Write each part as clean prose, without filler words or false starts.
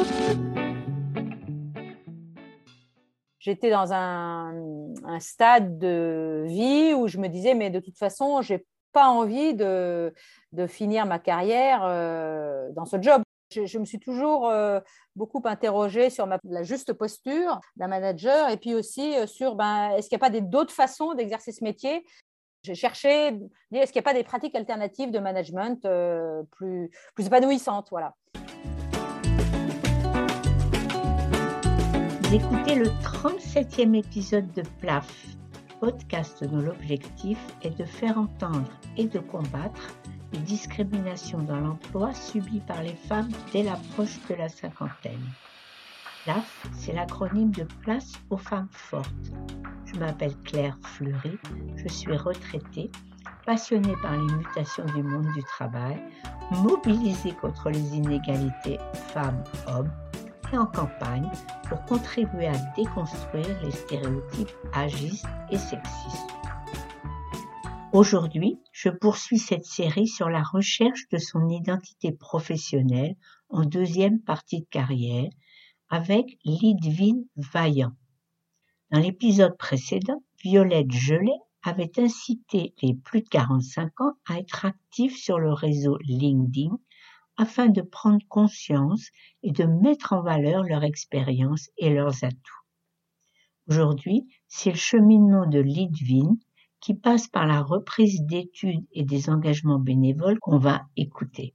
J'étais dans un stade de vie où je me disais, mais de toute façon, je n'ai pas envie de finir ma carrière dans ce job. Je me suis toujours beaucoup interrogée sur la juste posture d'un manager et puis aussi sur est-ce qu'il n'y a pas d'autres façons d'exercer ce métier. J'ai cherché, est-ce qu'il n'y a pas des pratiques alternatives de management plus épanouissantes, voilà. Vous écoutez le 37e épisode de PLAF, podcast dont l'objectif est de faire entendre et de combattre les discriminations dans l'emploi subies par les femmes dès l'approche de la cinquantaine. PLAF, c'est l'acronyme de Place aux femmes fortes. Je m'appelle Claire Fleury, je suis retraitée, passionnée par les mutations du monde du travail, mobilisée contre les inégalités femmes-hommes, et en campagne pour contribuer à déconstruire les stéréotypes agistes et sexistes. Aujourd'hui, je poursuis cette série sur la recherche de son identité professionnelle en deuxième partie de carrière avec Lidvine Vaillant. Dans l'épisode précédent, Violette Gelé avait incité les plus de 45 ans à être actifs sur le réseau LinkedIn afin de prendre conscience et de mettre en valeur leur expérience et leurs atouts. Aujourd'hui, c'est le cheminement de Lidvine qui passe par la reprise d'études et des engagements bénévoles qu'on va écouter.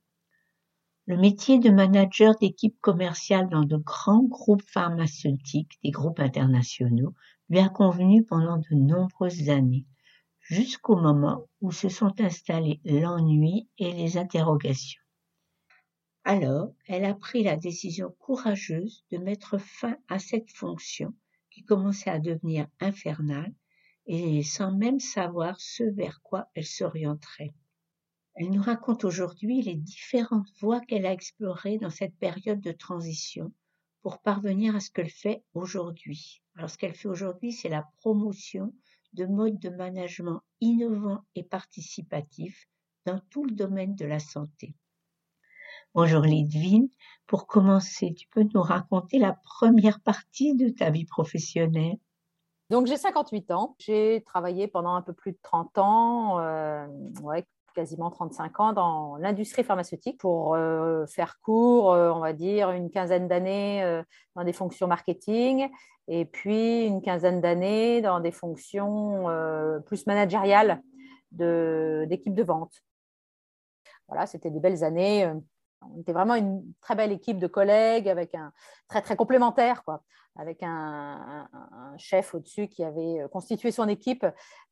Le métier de manager d'équipe commerciale dans de grands groupes pharmaceutiques, des groupes internationaux, lui a convenu pendant de nombreuses années, jusqu'au moment où se sont installés l'ennui et les interrogations. Alors, elle a pris la décision courageuse de mettre fin à cette fonction qui commençait à devenir infernale et sans même savoir ce vers quoi elle s'orienterait. Elle nous raconte aujourd'hui les différentes voies qu'elle a explorées dans cette période de transition pour parvenir à ce qu'elle fait aujourd'hui. Alors, ce qu'elle fait aujourd'hui, c'est la promotion de modes de management innovants et participatifs dans tout le domaine de la santé. Bonjour Lidvine, pour commencer, tu peux nous raconter la première partie de ta vie professionnelle? Donc j'ai 58 ans, j'ai travaillé pendant un peu plus de 30 ans, quasiment 35 ans dans l'industrie pharmaceutique. Pour faire court, on va dire une quinzaine d'années dans des fonctions marketing et puis une quinzaine d'années dans des fonctions plus managériales d'équipe de vente. Voilà, c'était des belles années. On était vraiment une très belle équipe de collègues avec un très très complémentaire, quoi, avec un chef au-dessus qui avait constitué son équipe.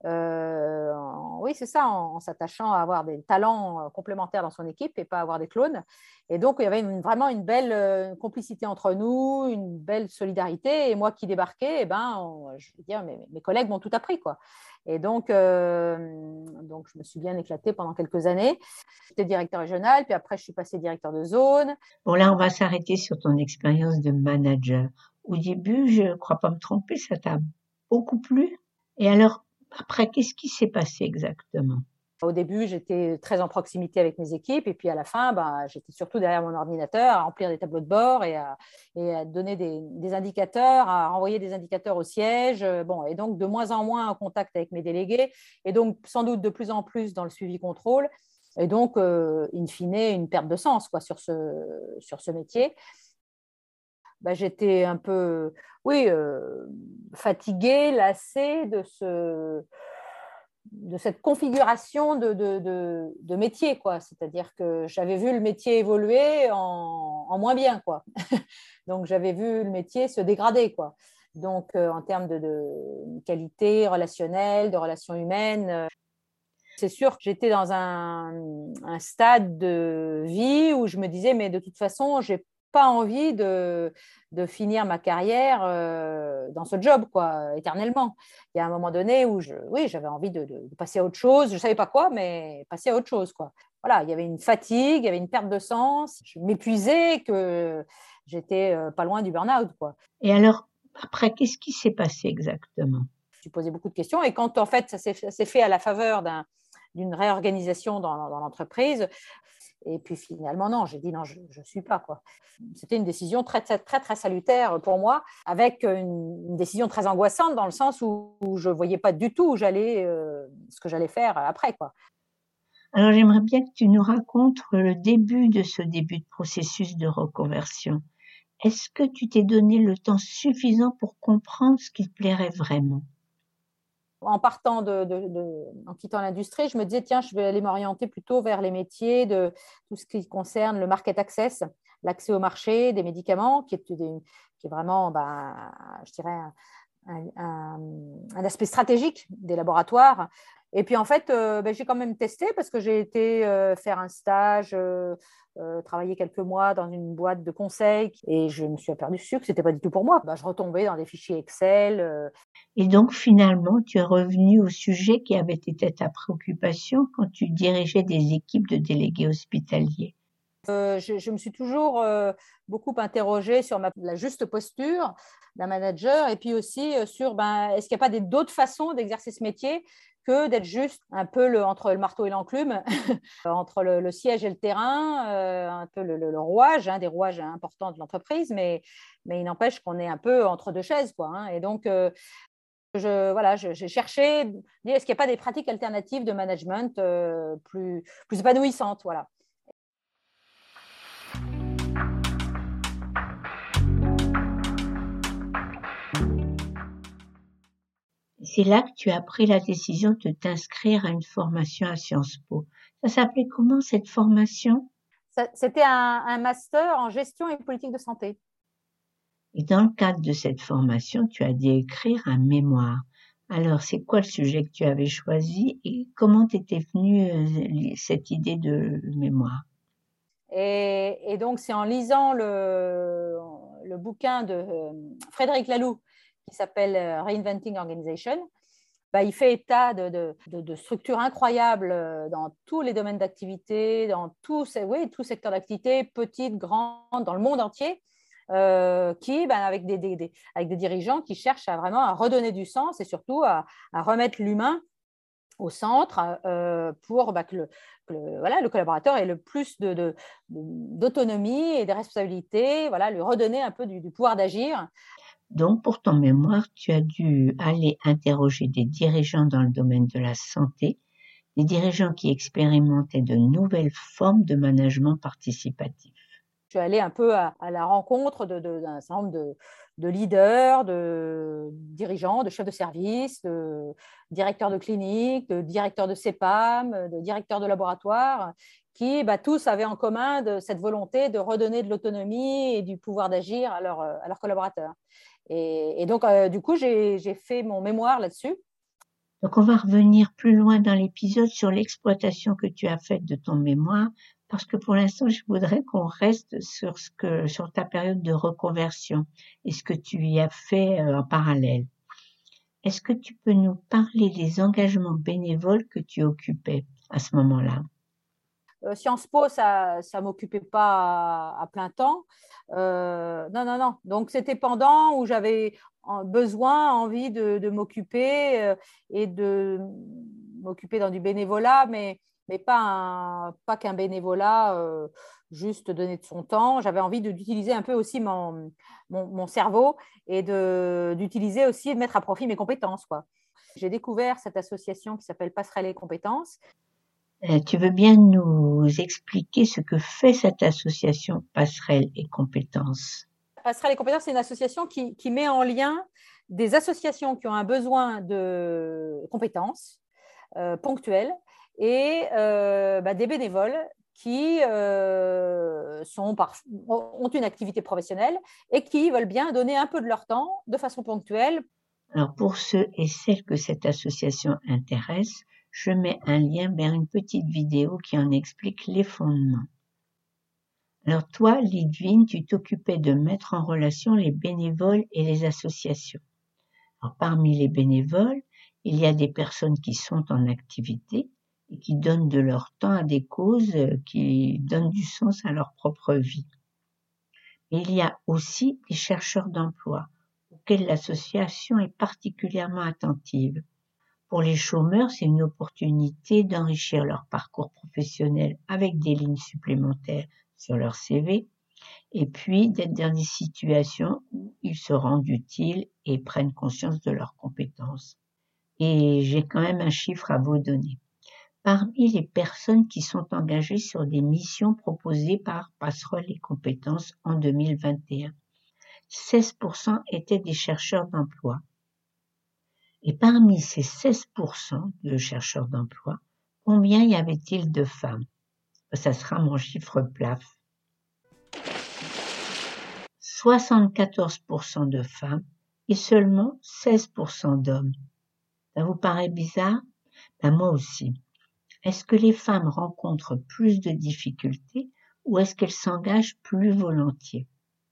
Oui, c'est ça, en s'attachant à avoir des talents complémentaires dans son équipe et pas avoir des clones. Et donc il y avait vraiment une belle complicité entre nous, une belle solidarité. Et moi qui débarquais, je veux dire, mes collègues m'ont tout appris, quoi. Et donc je me suis bien éclatée pendant quelques années. J'étais directeur régional, puis après, je suis passée directeur de zone. Bon, là, on va s'arrêter sur ton expérience de manager. Au début, je ne crois pas me tromper, ça t'a beaucoup plu. Et alors, après, qu'est-ce qui s'est passé exactement? Au début, j'étais très en proximité avec mes équipes et puis à la fin, j'étais surtout derrière mon ordinateur à remplir des tableaux de bord et à donner des indicateurs, à renvoyer des indicateurs au siège. Et donc de moins en moins en contact avec mes délégués et donc sans doute de plus en plus dans le suivi contrôle et donc, in fine, une perte de sens, quoi, sur ce métier. J'étais un peu, fatiguée, lassée de cette configuration de métier, quoi. C'est-à-dire que j'avais vu le métier évoluer en moins bien, quoi. Donc, j'avais vu le métier se dégrader, quoi. Donc, en termes de qualité relationnelle, de relations humaines, c'est sûr que j'étais dans un stade de vie où je me disais, mais de toute façon, je n'ai pas envie de finir ma carrière dans ce job, quoi, éternellement. Il y a un moment donné où j'avais envie de passer à autre chose. Je ne savais pas quoi, mais passer à autre chose, quoi. Voilà, il y avait une fatigue, il y avait une perte de sens. Je m'épuisais, que j'étais pas loin du burn-out, quoi. Et alors, après, qu'est-ce qui s'est passé exactement? Je me suis posé beaucoup de questions et quand, en fait, ça s'est fait à la faveur d'une réorganisation dans l'entreprise, Et puis finalement, non, j'ai dit non, je ne suis pas, quoi. C'était une décision très, très, très, très salutaire pour moi, avec une décision très angoissante dans le sens où je ne voyais pas du tout où ce que j'allais faire après, quoi. Alors j'aimerais bien que tu nous racontes le début de ce début de processus de reconversion. Est-ce que tu t'es donné le temps suffisant pour comprendre ce qui te plairait vraiment? En partant en quittant l'industrie, je me disais, tiens, je vais aller m'orienter plutôt vers les métiers de tout ce qui concerne le market access, l'accès au marché des médicaments, qui est vraiment, je dirais, un aspect stratégique des laboratoires. Et puis en fait, j'ai quand même testé parce que j'ai été faire un stage, travailler quelques mois dans une boîte de conseil et je me suis aperçue que ce n'était pas du tout pour moi. Je retombais dans des fichiers Excel. Et donc finalement, tu es revenu au sujet qui avait été ta préoccupation quand tu dirigeais des équipes de délégués hospitaliers. Je me suis toujours beaucoup interrogée sur la juste posture d'un manager et puis aussi sur est-ce qu'il n'y a pas d'autres façons d'exercer ce métier que d'être juste un peu entre le marteau et l'enclume, entre le siège et le terrain, un peu le rouage, des rouages importants de l'entreprise, mais il n'empêche qu'on est un peu entre deux chaises, quoi. Et donc, j'ai cherché, est-ce qu'il n'y a pas des pratiques alternatives de management plus épanouissantes, voilà. C'est là que tu as pris la décision de t'inscrire à une formation à Sciences Po. Ça s'appelait comment cette formation? C'était un master en gestion et politique de santé. Et dans le cadre de cette formation, tu as dû écrire un mémoire. Alors, c'est quoi le sujet que tu avais choisi et comment t'était venue cette idée de mémoire? Et donc, c'est en lisant le bouquin de Frédéric Laloux qui s'appelle Reinventing Organization. Il fait état de structures incroyables dans tous les domaines d'activité, dans tout secteur d'activité, petites, grandes, dans le monde entier, avec des dirigeants qui cherchent vraiment à redonner du sens et surtout à remettre l'humain au centre pour que le collaborateur ait le plus d'autonomie et de responsabilité, lui redonner un peu du pouvoir d'agir. Donc, pour ton mémoire, tu as dû aller interroger des dirigeants dans le domaine de la santé, des dirigeants qui expérimentaient de nouvelles formes de management participatif. Je suis allée un peu à la rencontre d'un certain nombre de leaders, de dirigeants, de chefs de service, de directeurs de clinique, de directeurs de CEPAM, de directeurs de laboratoire, qui tous avaient en commun cette volonté de redonner de l'autonomie et du pouvoir d'agir à leurs collaborateurs. Et donc, du coup, j'ai fait mon mémoire là-dessus. Donc, on va revenir plus loin dans l'épisode sur l'exploitation que tu as faite de ton mémoire, parce que pour l'instant, je voudrais qu'on reste sur ta période de reconversion et ce que tu y as fait en parallèle. Est-ce que tu peux nous parler des engagements bénévoles que tu occupais à ce moment-là? Sciences Po, ça ne m'occupait pas à plein temps. Non. Donc, c'était pendant où j'avais envie de m'occuper et de m'occuper dans du bénévolat, mais pas qu'un bénévolat juste donner de son temps. J'avais envie d'utiliser un peu aussi mon cerveau et d'utiliser aussi et de mettre à profit mes compétences, quoi. J'ai découvert cette association qui s'appelle Passerelle et Compétences. Tu veux bien nous expliquer ce que fait cette association Passerelle et Compétences? Passerelle et Compétences, c'est une association qui met en lien des associations qui ont un besoin de compétences ponctuelles et des bénévoles qui ont une activité professionnelle et qui veulent bien donner un peu de leur temps de façon ponctuelle. Alors, pour ceux et celles que cette association intéresse, je mets un lien vers une petite vidéo qui en explique les fondements. Alors toi, Lidvine, tu t'occupais de mettre en relation les bénévoles et les associations. Alors, parmi les bénévoles, il y a des personnes qui sont en activité et qui donnent de leur temps à des causes qui donnent du sens à leur propre vie. Mais il y a aussi des chercheurs d'emploi auxquels l'association est particulièrement attentive. Pour les chômeurs, c'est une opportunité d'enrichir leur parcours professionnel avec des lignes supplémentaires sur leur CV et puis d'être dans des situations où ils se rendent utiles et prennent conscience de leurs compétences. Et j'ai quand même un chiffre à vous donner. Parmi les personnes qui sont engagées sur des missions proposées par Passerelle et Compétences en 2021, 16% étaient des chercheurs d'emploi. Et parmi ces 16% de chercheurs d'emploi, combien y avait-il de femmes? Ça sera mon chiffre plaf. 74% de femmes et seulement 16% d'hommes. Ça vous paraît bizarre? Ben moi aussi. Est-ce que les femmes rencontrent plus de difficultés ou est-ce qu'elles s'engagent plus volontiers?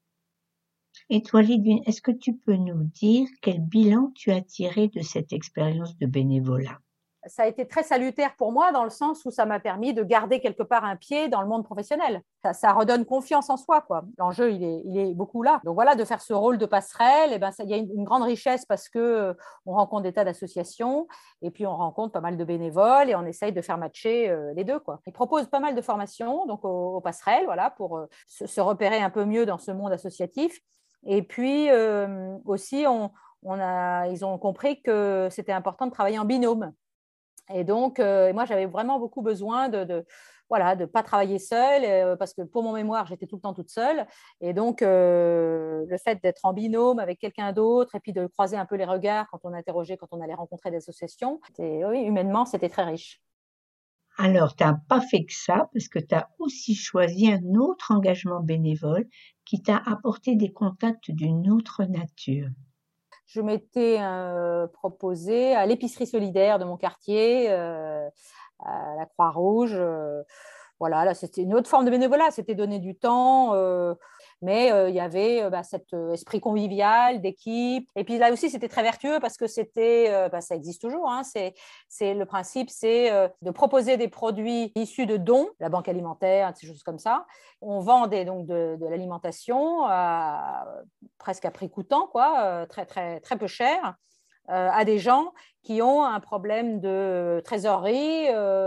Et toi, Lidwine, est-ce que tu peux nous dire quel bilan tu as tiré de cette expérience de bénévolat? Ça a été très salutaire pour moi dans le sens où ça m'a permis de garder quelque part un pied dans le monde professionnel. Ça redonne confiance en soi, quoi. L'enjeu, il est beaucoup là. Donc voilà, de faire ce rôle de passerelle, il y a une grande richesse parce que on rencontre des tas d'associations et puis on rencontre pas mal de bénévoles et on essaye de faire matcher les deux, quoi. Ils proposent pas mal de formations donc aux passerelles, voilà, pour se repérer un peu mieux dans ce monde associatif. Et puis aussi, ils ont compris que c'était important de travailler en binôme. Et donc, moi, j'avais vraiment beaucoup besoin voilà, de pas travailler seule, parce que pour mon mémoire, j'étais tout le temps toute seule. Et donc, le fait d'être en binôme avec quelqu'un d'autre et puis de croiser un peu les regards quand on interrogeait, quand on allait rencontrer des associations, oui, humainement, c'était très riche. Alors, tu n'as pas fait que ça, parce que tu as aussi choisi un autre engagement bénévole qui t'a apporté des contacts d'une autre nature. Je m'étais proposée à l'épicerie solidaire de mon quartier, à la Croix-Rouge. Voilà, là, c'était une autre forme de bénévolat, c'était donner du temps, mais il y avait cet esprit convivial d'équipe. Et puis là aussi, c'était très vertueux parce que ça existe toujours. Hein, le principe, c'est de proposer des produits issus de dons, la banque alimentaire, des choses comme ça. On vend donc de l'alimentation presque à prix coûtant, quoi, très, très, très peu cher, à des gens qui ont un problème de trésorerie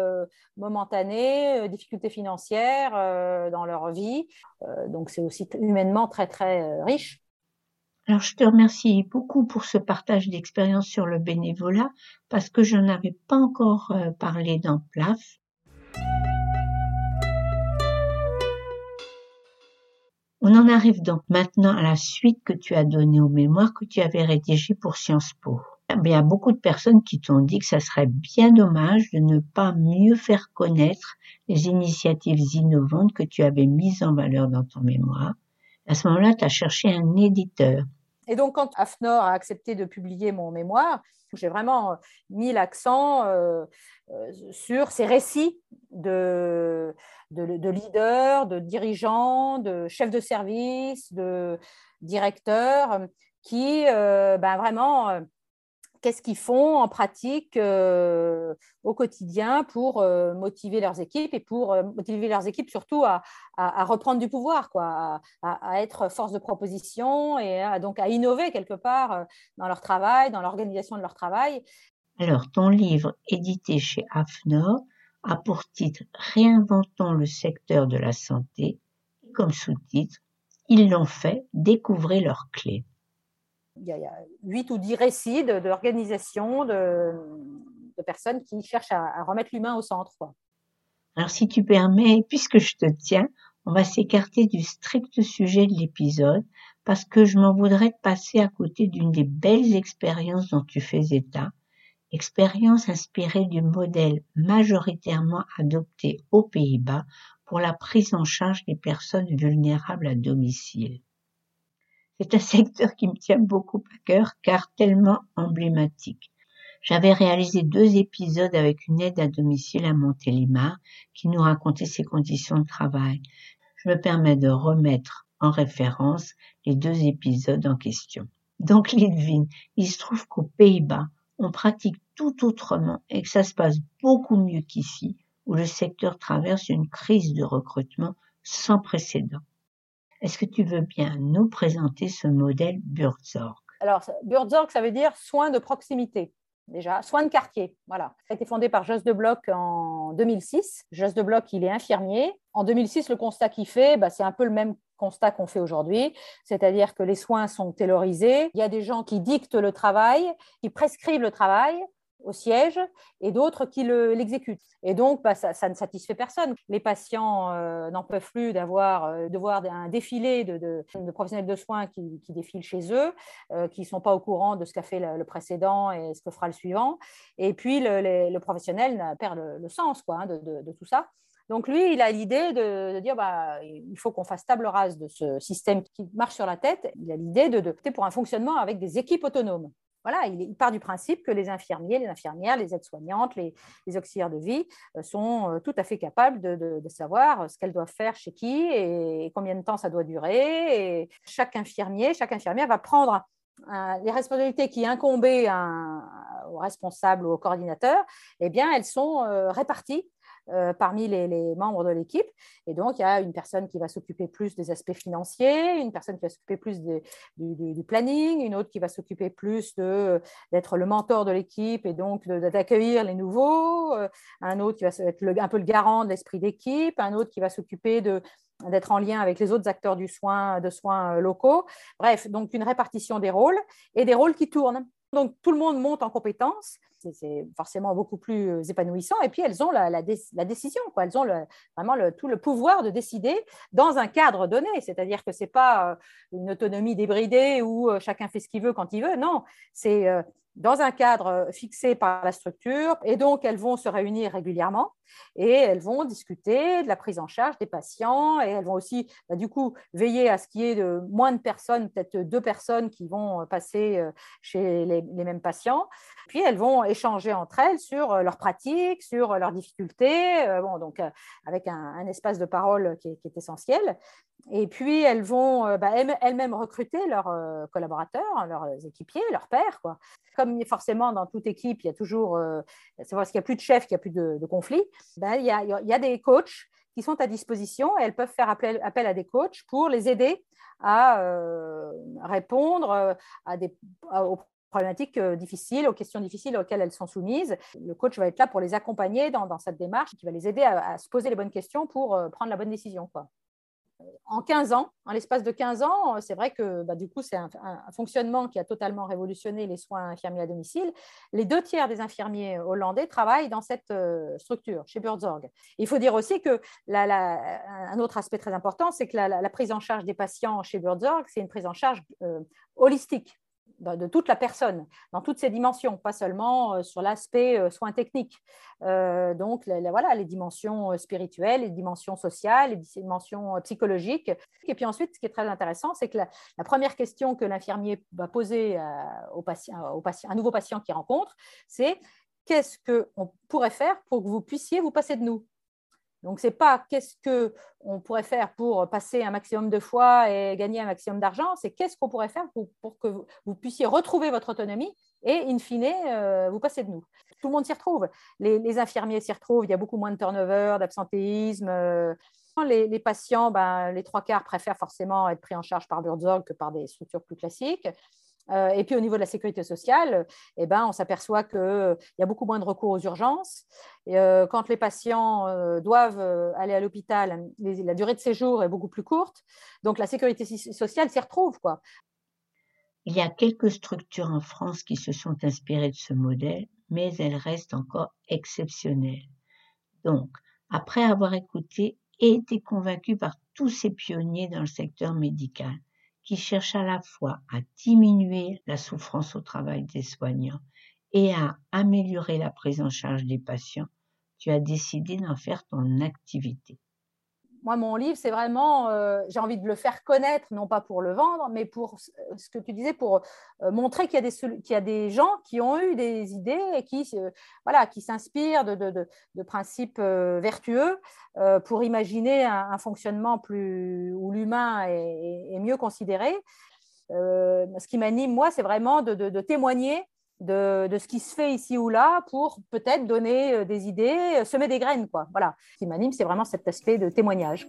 momentanée, difficultés financières dans leur vie. Donc, c'est aussi humainement très, très riche. Alors, je te remercie beaucoup pour ce partage d'expérience sur le bénévolat, parce que je n'avais pas encore parlé dans PLAF. On en arrive donc maintenant à la suite que tu as donnée au mémoire que tu avais rédigé pour Sciences Po. Il y a beaucoup de personnes qui t'ont dit que ça serait bien dommage de ne pas mieux faire connaître les initiatives innovantes que tu avais mises en valeur dans ton mémoire. À ce moment-là, tu as cherché un éditeur. Et donc, quand AFNOR a accepté de publier mon mémoire, j'ai vraiment mis l'accent sur ces récits de leaders, de dirigeants, de chefs de service, de directeurs qui vraiment qu'est-ce qu'ils font en pratique au quotidien pour motiver leurs équipes et pour motiver leurs équipes surtout à reprendre du pouvoir, quoi, à être force de proposition et donc à innover quelque part dans leur travail, dans l'organisation de leur travail. Alors, ton livre, édité chez AFNOR, a pour titre « Réinventons le secteur de la santé » et comme sous-titre « Ils l'ont fait, découvrez leurs clés ». Il y a 8 ou 10 récits d'organisations, de personnes qui cherchent à remettre l'humain au centre, quoi. Alors, si tu permets, puisque je te tiens, on va s'écarter du strict sujet de l'épisode parce que je m'en voudrais de passer à côté d'une des belles expériences dont tu fais état, expérience inspirée du modèle majoritairement adopté aux Pays-Bas pour la prise en charge des personnes vulnérables à domicile. C'est un secteur qui me tient beaucoup à cœur car tellement emblématique. J'avais réalisé 2 épisodes avec une aide à domicile à Montélimar qui nous racontait ses conditions de travail. Je me permets de remettre en référence les 2 épisodes en question. Donc, Lidwine, il se trouve qu'aux Pays-Bas, on pratique tout autrement et que ça se passe beaucoup mieux qu'ici, où le secteur traverse une crise de recrutement sans précédent. Est-ce que tu veux bien nous présenter ce modèle Buurtzorg? Alors, Buurtzorg, ça veut dire soins de proximité. déjà. Soins de quartier, voilà. Ça a été fondé par Jos de Bloch en 2006. Jos de Bloch, il est infirmier. En 2006, le constat qu'il fait, c'est un peu le même constat qu'on fait aujourd'hui, c'est-à-dire que les soins sont taylorisés. Il y a des gens qui dictent le travail, qui prescrivent le travail au siège et d'autres qui l'exécutent. Et donc, ça ne satisfait personne. Les patients n'en peuvent plus de voir un défilé de professionnels de soins qui défilent chez eux, qui ne sont pas au courant de ce qu'a fait le précédent et ce que fera le suivant. Et puis, le professionnel perd le sens de tout ça. Donc, lui, il a l'idée de dire il faut qu'on fasse table rase de ce système qui marche sur la tête. Il a l'idée d'opter pour un fonctionnement avec des équipes autonomes. Voilà, il part du principe que les infirmiers, les infirmières, les aides-soignantes, les auxiliaires de vie sont tout à fait capables de savoir ce qu'elles doivent faire chez qui et combien de temps ça doit durer. Et chaque infirmier, chaque infirmière va prendre les responsabilités qui incombaient au responsable ou au coordinateur, eh bien, elles sont réparties parmi les membres de l'équipe. Et donc, il y a une personne qui va s'occuper plus des aspects financiers, une personne qui va s'occuper plus du planning, une autre qui va s'occuper plus d'être le mentor de l'équipe et donc d'accueillir les nouveaux, un autre qui va être un peu le garant de l'esprit d'équipe, un autre qui va s'occuper d'être en lien avec les autres acteurs de soins locaux. Bref, donc une répartition des rôles et des rôles qui tournent. Donc, tout le monde monte en compétences. C'est forcément beaucoup plus épanouissant. Et puis, elles ont la décision, quoi. Elles ont vraiment tout le pouvoir de décider dans un cadre donné. C'est-à-dire que ce n'est pas une autonomie débridée où chacun fait ce qu'il veut quand il veut. Non, c'est dans un cadre fixé par la structure. Et donc, elles vont se réunir régulièrement et elles vont discuter de la prise en charge des patients. Et elles vont aussi, du coup, veiller à ce qu'il y ait moins de personnes, peut-être 2 personnes qui vont passer chez les mêmes patients. Puis, elles vont échanger entre elles sur leurs pratiques, sur leurs difficultés, donc avec un espace de parole qui est essentiel. Et puis, elles vont elles-mêmes recruter leurs collaborateurs, leurs équipiers, leurs pairs, quoi. Comme forcément, dans toute équipe, il y a toujours, c'est parce qu'il n'y a plus de chef, qu'il n'y a plus de conflit, il y a des coachs qui sont à disposition et elles peuvent faire appel à des coachs pour les aider à répondre aux problématiques difficiles, aux questions difficiles auxquelles elles sont soumises. Le coach va être là pour les accompagner dans cette démarche, qui va les aider à se poser les bonnes questions pour prendre la bonne décision, quoi. En 15 ans, en l'espace de 15 ans, c'est vrai que du coup, c'est un fonctionnement qui a totalement révolutionné les soins infirmiers à domicile. Les 2/3 des infirmiers hollandais travaillent dans cette structure, chez Buurtzorg. Il faut dire aussi que un autre aspect très important, c'est que la prise en charge des patients chez Buurtzorg, c'est une prise en charge holistique de toute la personne, dans toutes ses dimensions, pas seulement sur l'aspect soins techniques. Donc, voilà, les dimensions spirituelles, les dimensions sociales, les dimensions psychologiques. Et puis ensuite, ce qui est très intéressant, c'est que la première question que l'infirmier va poser un nouveau patient qu'il rencontre, c'est qu'est-ce qu'on pourrait faire pour que vous puissiez vous passer de nous ? Donc, ce n'est pas qu'est-ce qu'on pourrait faire pour passer un maximum de fois et gagner un maximum d'argent, c'est qu'est-ce qu'on pourrait faire pour que vous puissiez retrouver votre autonomie et, in fine, vous passer de nous. Tout le monde s'y retrouve. Les infirmiers s'y retrouvent, il y a beaucoup moins de turnover, d'absentéisme. Les patients, les 3/4 préfèrent forcément être pris en charge par Buurtzorg que par des structures plus classiques. Et puis, au niveau de la sécurité sociale, on s'aperçoit qu'il y a beaucoup moins de recours aux urgences. Quand les patients doivent aller à l'hôpital, la durée de séjour est beaucoup plus courte. Donc, la sécurité sociale s'y retrouve, quoi. Il y a quelques structures en France qui se sont inspirées de ce modèle, mais elles restent encore exceptionnelles. Donc, après avoir écouté et été convaincu par tous ces pionniers dans le secteur médical, qui cherchent à la fois à diminuer la souffrance au travail des soignants et à améliorer la prise en charge des patients, tu as décidé d'en faire ton activité. Moi, mon livre, c'est vraiment, j'ai envie de le faire connaître, non pas pour le vendre, mais pour ce que tu disais, pour montrer qu'il y a des gens qui ont eu des idées et qui s'inspirent de principes vertueux pour imaginer un fonctionnement où l'humain est mieux considéré. Ce qui m'anime, moi, c'est vraiment de témoigner de ce qui se fait ici ou là pour peut-être donner des idées, semer des graines, quoi. Voilà. Ce qui m'anime, c'est vraiment cet aspect de témoignage.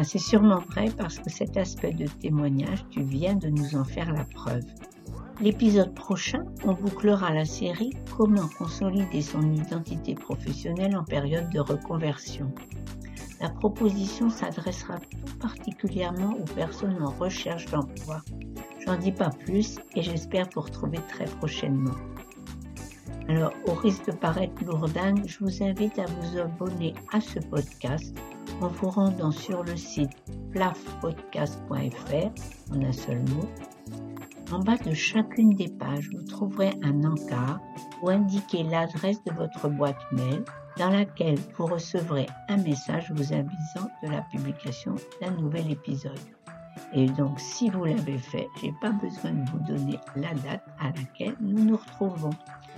c'est sûrement vrai parce que cet aspect de témoignage, tu viens de nous en faire la preuve. L'épisode prochain, on bouclera la série « Comment consolider son identité professionnelle en période de reconversion ». La proposition s'adressera tout particulièrement aux personnes en recherche d'emploi. J'en dis pas plus et j'espère vous retrouver très prochainement. Alors, au risque de paraître lourdingue, je vous invite à vous abonner à ce podcast en vous rendant sur le site plafpodcast.fr en un seul mot. En bas de chacune des pages, vous trouverez un encart où indiquer l'adresse de votre boîte mail dans laquelle vous recevrez un message vous avisant de la publication d'un nouvel épisode. Et donc, si vous l'avez fait, j'ai pas besoin de vous donner la date à laquelle nous nous retrouvons.